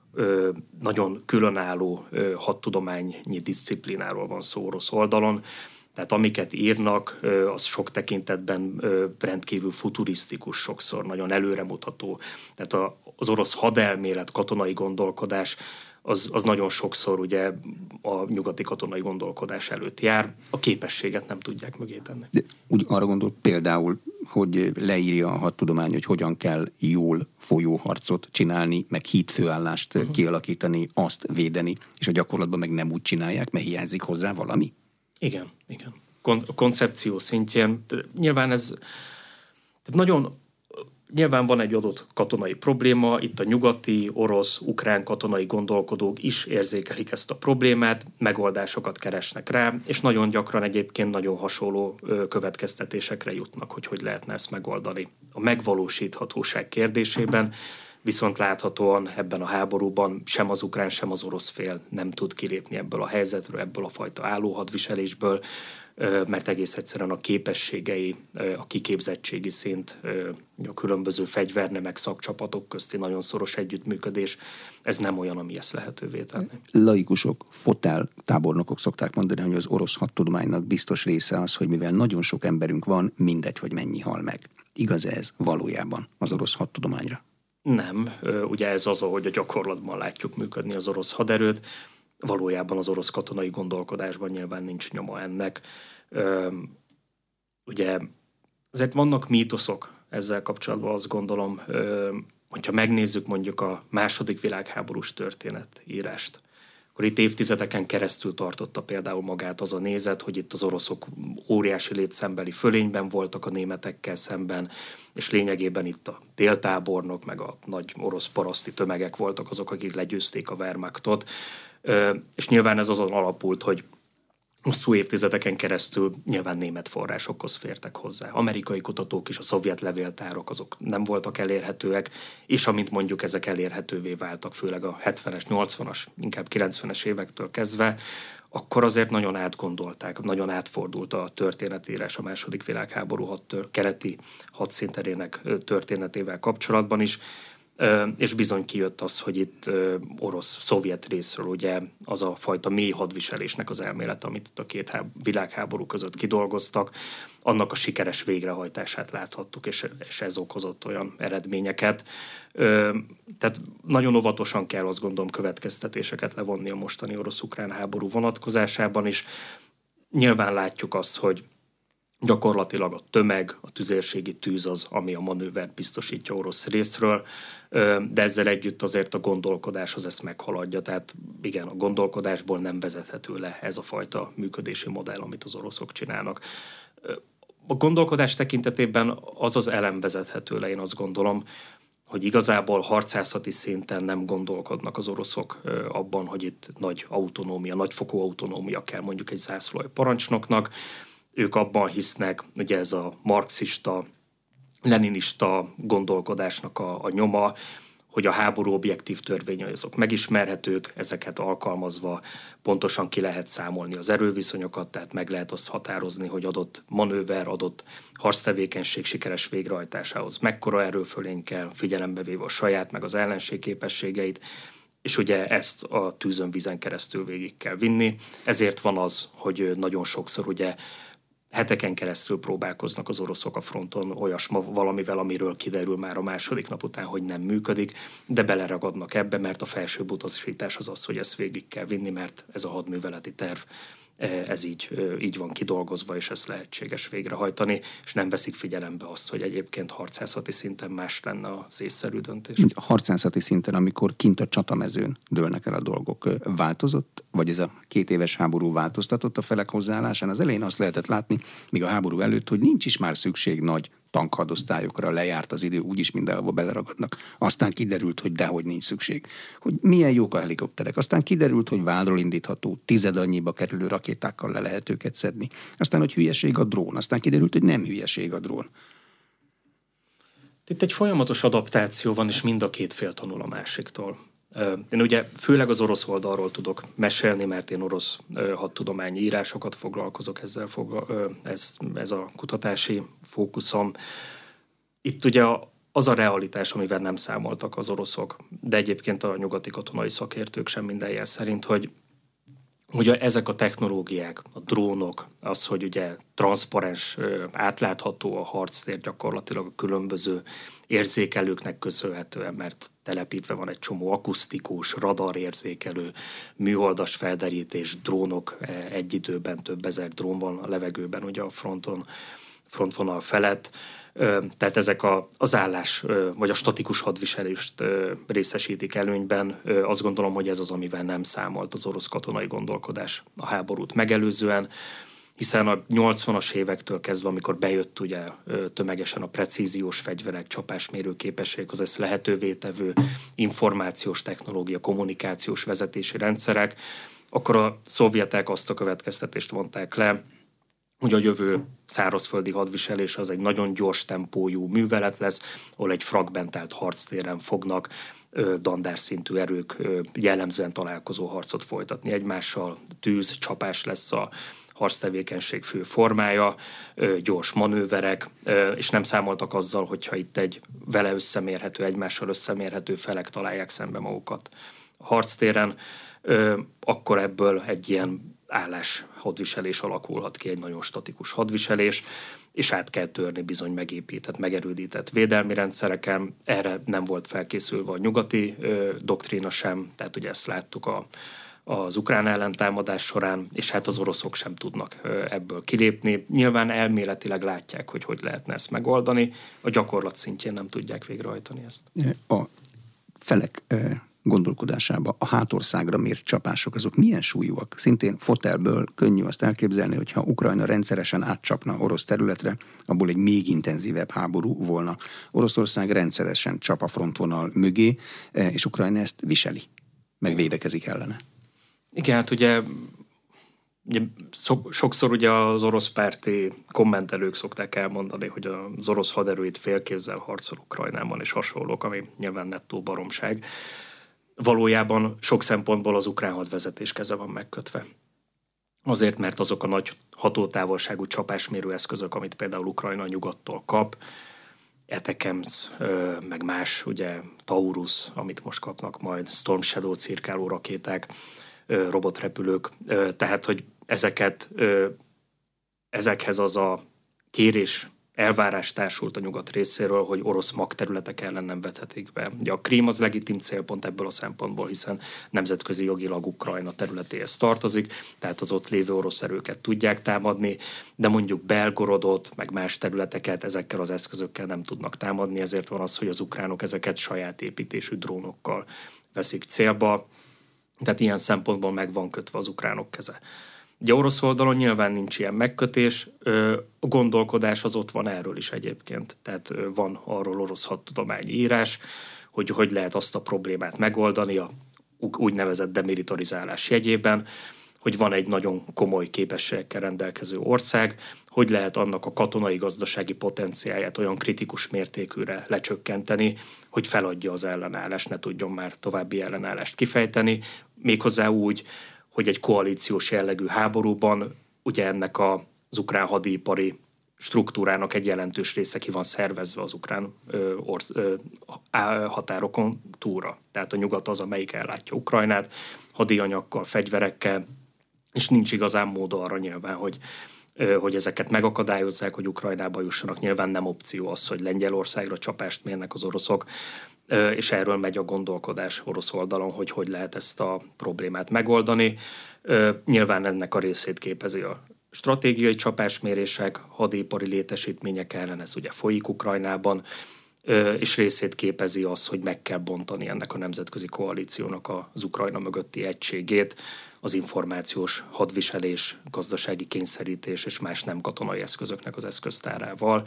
nagyon különálló hadtudományi diszciplináról van szó orosz oldalon. Tehát amiket írnak, az sok tekintetben rendkívül futurisztikus sokszor, nagyon előremutató. Tehát az orosz hadelmélet, katonai gondolkodás Az, az nagyon sokszor ugye a nyugati katonai gondolkodás előtt jár, a képességet nem tudják mögé tenni. De úgy arra gondol például, hogy leírja a hadtudomány, hogy hogyan kell jól folyóharcot csinálni, meg hídfőállást uh-huh. kialakítani, azt védeni, és a gyakorlatban meg nem úgy csinálják, mert hiányzik hozzá valami? Igen, igen. Kon- a koncepció szintjén nyilván ez nagyon... Nyilván van egy adott katonai probléma, itt a nyugati, orosz, ukrán katonai gondolkodók is érzékelik ezt a problémát, megoldásokat keresnek rá, és nagyon gyakran egyébként nagyon hasonló következtetésekre jutnak, hogy hogy lehetne ezt megoldani. A megvalósíthatóság kérdésében viszont láthatóan ebben a háborúban sem az ukrán, sem az orosz fél nem tud kilépni ebből a helyzetről, ebből a fajta állóhadviselésből, mert egész egyszerűen a képességei, a kiképzettségi szint, a különböző fegyvernemek, szakcsapatok közti nagyon szoros együttműködés, ez nem olyan, ami ezt lehetővé tenni. Laikusok, fotel tábornokok szokták mondani, hogy az orosz hadtudománynak biztos része az, hogy mivel nagyon sok emberünk van, mindegy, hogy mennyi hal meg. Igaz ez valójában az orosz hadtudományra? Nem. Ugye ez az, ahogy a gyakorlatban látjuk működni az orosz haderőt. Valójában az orosz katonai gondolkodásban nyilván nincs nyoma ennek. Ugye azért vannak mítoszok ezzel kapcsolatban, azt gondolom, hogyha megnézzük mondjuk a második világháborús történetírást, akkor itt évtizedeken keresztül tartotta például magát az a nézet, hogy itt az oroszok óriási létszembeli fölényben voltak a németekkel szemben, és lényegében itt a déltábornok, meg a nagy orosz paraszti tömegek voltak azok, akik legyőzték a Wehrmachtot, és nyilván ez azon alapult, hogy hosszú évtizedeken keresztül nyilván német forrásokhoz fértek hozzá. Amerikai kutatók is, a szovjet levéltárok azok nem voltak elérhetőek, és amint mondjuk ezek elérhetővé váltak, főleg a hetvenes, nyolcvanas, inkább kilencvenes évektől kezdve, akkor azért nagyon átgondolták, nagyon átfordult a történetírás a második világháború hat, keleti hadszínterének történetével kapcsolatban is, és bizony kijött az, hogy itt orosz-szovjet részről ugye az a fajta mély hadviselésnek az elmélet, amit itt a két világháború között kidolgoztak, annak a sikeres végrehajtását láthattuk, és, és ez okozott olyan eredményeket. Tehát nagyon óvatosan kell, azt gondolom, következtetéseket levonni a mostani orosz-ukrán háború vonatkozásában is. Nyilván látjuk azt, hogy gyakorlatilag a tömeg, a tüzérségi tűz az, ami a manővert biztosítja orosz részről, de ezzel együtt azért a gondolkodás az ezt meghaladja. Tehát igen, a gondolkodásból nem vezethető le ez a fajta működési modell, amit az oroszok csinálnak. A gondolkodás tekintetében az az elem vezethető le, én azt gondolom, hogy igazából harcászati szinten nem gondolkodnak az oroszok abban, hogy itt nagy autonómia, nagyfokú autonómia kell mondjuk egy zászlóalj parancsnoknak. ők abban hisznek, ugye ez a marxista, leninista gondolkodásnak a, a nyoma, hogy a háború objektív törvényei azok megismerhetők, ezeket alkalmazva pontosan ki lehet számolni az erőviszonyokat, tehát meg lehet azt határozni, hogy adott manőver, adott harctevékenység sikeres végrehajtásához mekkora erőfölény kell, figyelembe véve a saját meg az ellenség képességeit, és ugye ezt a tűzön vízen keresztül végig kell vinni. Ezért van az, hogy nagyon sokszor ugye heteken keresztül próbálkoznak az oroszok a fronton olyasma valamivel, amiről kiderül már a második nap után, hogy nem működik, de beleragadnak ebbe, mert a felsőbb utasítás az az, hogy ezt végig kell vinni, mert ez a hadműveleti terv, ez így, így van kidolgozva, és ezt lehetséges végrehajtani, és nem veszik figyelembe azt, hogy egyébként harcászati szinten más lenne az észszerű döntés. A harcászati szinten, amikor kint a csatamezőn dőlnek el a dolgok, változott? Vagy ez a két éves háború változtatott a felek hozzáállásán? Az elején azt lehetett látni, míg a háború előtt, hogy nincs is már szükség nagy tankhadosztályokra, lejárt az idő, úgyis mindenhol beleragadnak. Aztán kiderült, hogy dehogy nincs szükség. Hogy milyen jók a helikopterek. Aztán kiderült, hogy vádról indítható, tized annyiba kerülő rakétákkal le lehet őket szedni. Aztán, hogy hülyeség a drón. Aztán kiderült, hogy nem hülyeség a drón. Itt egy folyamatos adaptáció van, és mind a két fél tanul a másiktól. Én ugye főleg az orosz oldalról tudok mesélni, mert én orosz hadtudományi írásokat foglalkozok, ezzel fogla, ez, ez a kutatási fókuszom. Itt ugye az a realitás, amivel nem számoltak az oroszok, de egyébként a nyugati katonai szakértők sem minden jel szerint, hogy ugye ezek a technológiák, a drónok, az, hogy ugye transzparens, átlátható a harctér gyakorlatilag a különböző érzékelőknek köszönhetően, mert telepítve van egy csomó akusztikus, radarérzékelő, műholdas felderítés, drónok, egy időben több ezer drón van a levegőben ugye a fronton, frontvonal felett. Tehát ezek a, az állás vagy a statikus hadviselést részesítik előnyben. Azt gondolom, hogy ez az, amivel nem számolt az orosz katonai gondolkodás a háborút megelőzően, hiszen a nyolcvanas évektől kezdve, amikor bejött ugye tömegesen a precíziós fegyverek, csapásmérő képességek, az ezt lehetővé tevő információs technológia, kommunikációs vezetési rendszerek, akkor a szovjetek azt a következtetést vonták le, hogy a jövő szárazföldi hadviselés az egy nagyon gyors tempójú művelet lesz, ahol egy fragmentált harctéren fognak dandárszintű erők jellemzően találkozó harcot folytatni egymással. Tűz, csapás lesz a harctevékenység fő formája, gyors manőverek, és nem számoltak azzal, hogyha itt egy vele összemérhető, egymással összemérhető felek találják szembe magukat a harctéren, akkor ebből egy ilyen állás hadviselés alakulhat ki, egy nagyon statikus hadviselés, és át kell törni bizony megépített, megerődített védelmi rendszereken. Erre nem volt felkészülve a nyugati ö, doktrína sem, tehát ugye ezt láttuk a, az ukrán ellentámadás során, és hát az oroszok sem tudnak ö, ebből kilépni. Nyilván elméletileg látják, hogy hogy lehetne ezt megoldani, a gyakorlat szintjén nem tudják végrehajtani ezt. A felek gondolkodásába a hátországra mért csapások, azok milyen súlyúak? Szintén fotelből könnyű azt elképzelni, hogyha Ukrajna rendszeresen átcsapna orosz területre, abból egy még intenzívebb háború volna. Oroszország rendszeresen csap a frontvonal mögé, és Ukrajna ezt viseli, meg védekezik ellene. Igen, hát ugye, ugye sokszor ugye az orosz párti kommentelők szokták elmondani, hogy az orosz haderőit félkézzel harcol Ukrajnában és hasonlók, ami nyilván nettó baromság. Valójában sok szempontból az ukrán hadvezetés keze van megkötve. Azért, mert azok a nagy hatótávolságú csapásmérő eszközök, amit például Ukrajna nyugattól kap, Etekems, meg más, ugye Taurus, amit most kapnak majd, Storm Shadow cirkáló rakéták, robotrepülők, tehát, hogy ezeket, ezekhez az a kérés, elvárás társult a nyugat részéről, hogy orosz magterületek ellen nem vethetik be. Ugye a Krím az legitim célpont ebből a szempontból, hiszen nemzetközi jogilag Ukrajna területéhez tartozik, tehát az ott lévő orosz erőket tudják támadni, de mondjuk Belgorodot, meg más területeket ezekkel az eszközökkel nem tudnak támadni, ezért van az, hogy az ukránok ezeket saját építésű drónokkal veszik célba, tehát ilyen szempontból meg van kötve az ukránok keze. Ugye orosz oldalon nyilván nincs ilyen megkötés, a gondolkodás az ott van erről is egyébként. Tehát van arról orosz hadtudományi írás, hogy hogy lehet azt a problémát megoldani a úgynevezett demilitarizálás jegyében, hogy van egy nagyon komoly képességekkel rendelkező ország, hogy lehet annak a katonai-gazdasági potenciáját olyan kritikus mértékűre lecsökkenteni, hogy feladja az ellenállást, ne tudjon már további ellenállást kifejteni, méghozzá úgy, hogy egy koalíciós jellegű háborúban ugye ennek az ukrán hadipari struktúrának egy jelentős része ki van szervezve az ukrán ö, orsz, ö, határokon túlra. Tehát a nyugat az, amelyik ellátja Ukrajnát hadianyaggal, fegyverekkel, és nincs igazán mód arra nyilván, hogy, ö, hogy ezeket megakadályozzák, hogy Ukrajnába jussanak. Nyilván nem opció az, hogy Lengyelországra csapást mérnek az oroszok, ö, és erről megy a gondolkodás orosz oldalon, hogy hogy lehet ezt a problémát megoldani. Ö, nyilván ennek a részét képezi a stratégiai csapásmérések, hadipari létesítmények ellen, ez ugye folyik Ukrajnában, és részét képezi az, hogy meg kell bontani ennek a nemzetközi koalíciónak az Ukrajna mögötti egységét, az információs hadviselés, gazdasági kényszerítés és más nem katonai eszközöknek az eszköztárával.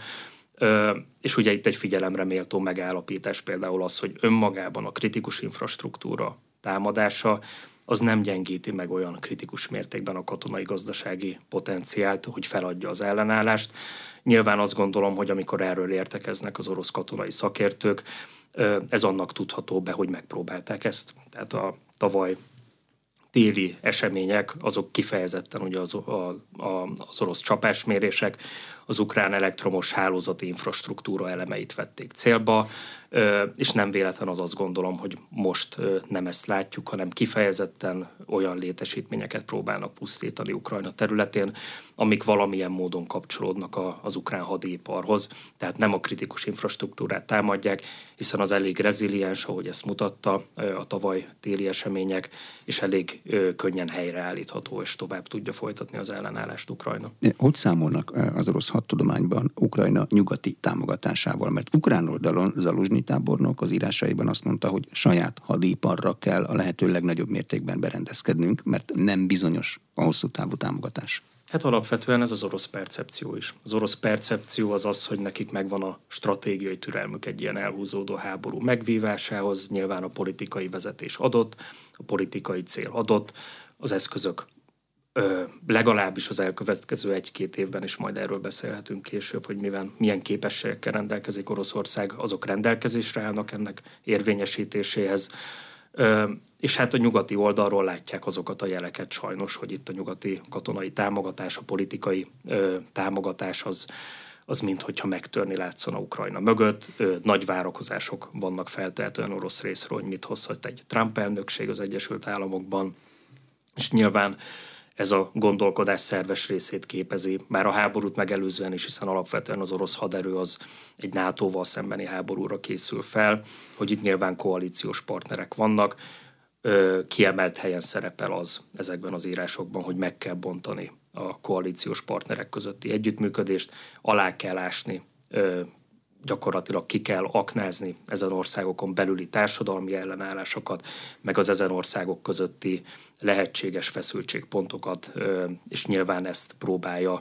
És ugye itt egy figyelemre méltó megállapítás például az, hogy önmagában a kritikus infrastruktúra támadása az nem gyengíti meg olyan kritikus mértékben a katonai-gazdasági potenciált, hogy feladja az ellenállást. Nyilván azt gondolom, hogy amikor erről értekeznek az orosz katonai szakértők, ez annak tudható be, hogy megpróbálták ezt. Tehát a tavaly téli események, azok kifejezetten ugye az, a, a, az orosz csapásmérések, az ukrán elektromos hálózati infrastruktúra elemeit vették célba, és nem véletlen az, azt gondolom, hogy most nem ezt látjuk, hanem kifejezetten olyan létesítményeket próbálnak pusztítani Ukrajna területén, amik valamilyen módon kapcsolódnak az ukrán hadiiparhoz. Tehát nem a kritikus infrastruktúrát támadják, hiszen az elég reziliens, ahogy ezt mutatta a tavaly téli események, és elég könnyen helyreállítható, és tovább tudja folytatni az ellenállást Ukrajna. Hogy számolnak az orosz hadtudományban Ukrajna nyugati támogatásával? Mert ukrán oldalon Zaluzsnyi tábornok az írásaiban azt mondta, hogy saját hadiparra kell a lehető legnagyobb mértékben berendezkednünk, mert nem bizonyos a hosszú távú támogatás. Hát alapvetően ez az orosz percepció is. Az orosz percepció az az, hogy nekik megvan a stratégiai türelmük egy ilyen elhúzódó háború megvívásához, nyilván a politikai vezetés adott, a politikai cél adott, az eszközök ö, legalábbis az elkövetkező egy-két évben, és majd erről beszélhetünk később, hogy mivel, milyen képességekkel rendelkezik Oroszország, azok rendelkezésre állnak ennek érvényesítéséhez. Ö, és hát a nyugati oldalról látják azokat a jeleket sajnos, hogy itt a nyugati katonai támogatás, a politikai ö, támogatás az, az minthogyha megtörni látszana Ukrajna mögött. Ö, nagy várakozások vannak feltehetően orosz részről, hogy mit hozhat egy Trump elnökség az Egyesült Államokban, és nyilván ez a gondolkodás szerves részét képezi, már a háborút megelőzően is, hiszen alapvetően az orosz haderő az egy nátóval szembeni háborúra készül fel, hogy itt nyilván koalíciós partnerek vannak, kiemelt helyen szerepel az ezekben az írásokban, hogy meg kell bontani a koalíciós partnerek közötti együttműködést, alá kell ásni, gyakorlatilag ki kell aknázni ezen országokon belüli társadalmi ellenállásokat, meg az ezen országok közötti lehetséges feszültségpontokat, és nyilván ezt próbálja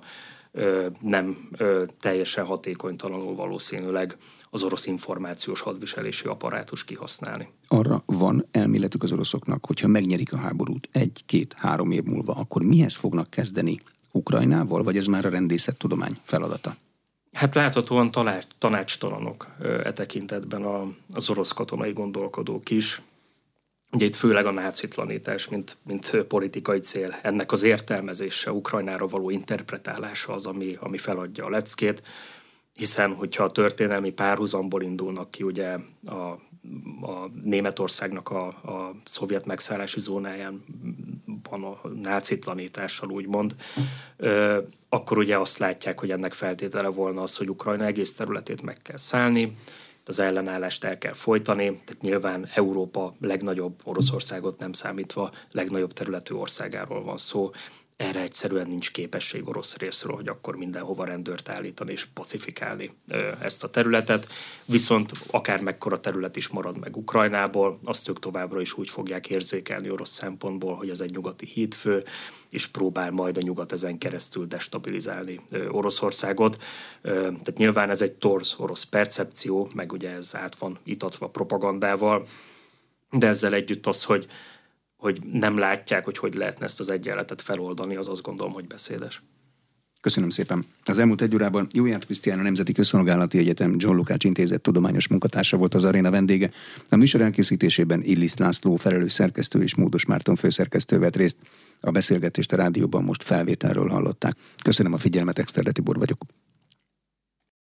nem teljesen hatékonytalanul valószínűleg az orosz információs hadviselési apparátus kihasználni. Arra van elméletük az oroszoknak, hogyha megnyerik a háborút egy-két-három év múlva, akkor mihez fognak kezdeni Ukrajnával, vagy ez már a rendészettudomány feladata? Hát láthatóan tanács, tanácstalanok e tekintetben az orosz katonai gondolkodók is. Ugye itt főleg a nácitlanítás, mint, mint politikai cél, ennek az értelmezése, Ukrajnára való interpretálása az, ami, ami feladja a leckét, hiszen hogyha a történelmi párhuzamból indulnak ki, ugye a, a Németországnak a, a szovjet megszállási zónáján van a nácitlanítással úgymond, ö, akkor ugye azt látják, hogy ennek feltétele volna az, hogy Ukrajna egész területét meg kell szállni, az ellenállást el kell folytani, tehát nyilván Európa legnagyobb, Oroszországot nem számítva, legnagyobb területű országáról van szó. Erre egyszerűen nincs képesség orosz részről, hogy akkor mindenhova rendőrt állítani és pacifikálni ezt a területet. Viszont akár mekkora terület is marad meg Ukrajnából, azt ők továbbra is úgy fogják érzékelni orosz szempontból, hogy ez egy nyugati hídfő, és próbál majd a nyugat ezen keresztül destabilizálni Oroszországot. Tehát nyilván ez egy torz orosz percepció, meg ugye ez át van itatva propagandával, de ezzel együtt az, hogy hogy nem látják, hogy hogy lehetne ezt az egyenletet feloldani, az azt gondolom, hogy beszédes. Köszönöm szépen. Az elmúlt egy órában Jójárd Krisztián, a Nemzeti Közszolgálati Egyetem John Lukács Intézet tudományos munkatársa volt az aréna vendége. A műsor elkészítésében Illis László, felelős szerkesztő és Módos Márton főszerkesztő vett részt. A beszélgetést a rádióban most felvételről hallották. Köszönöm a figyelmet, Exterde Tibor vagyok.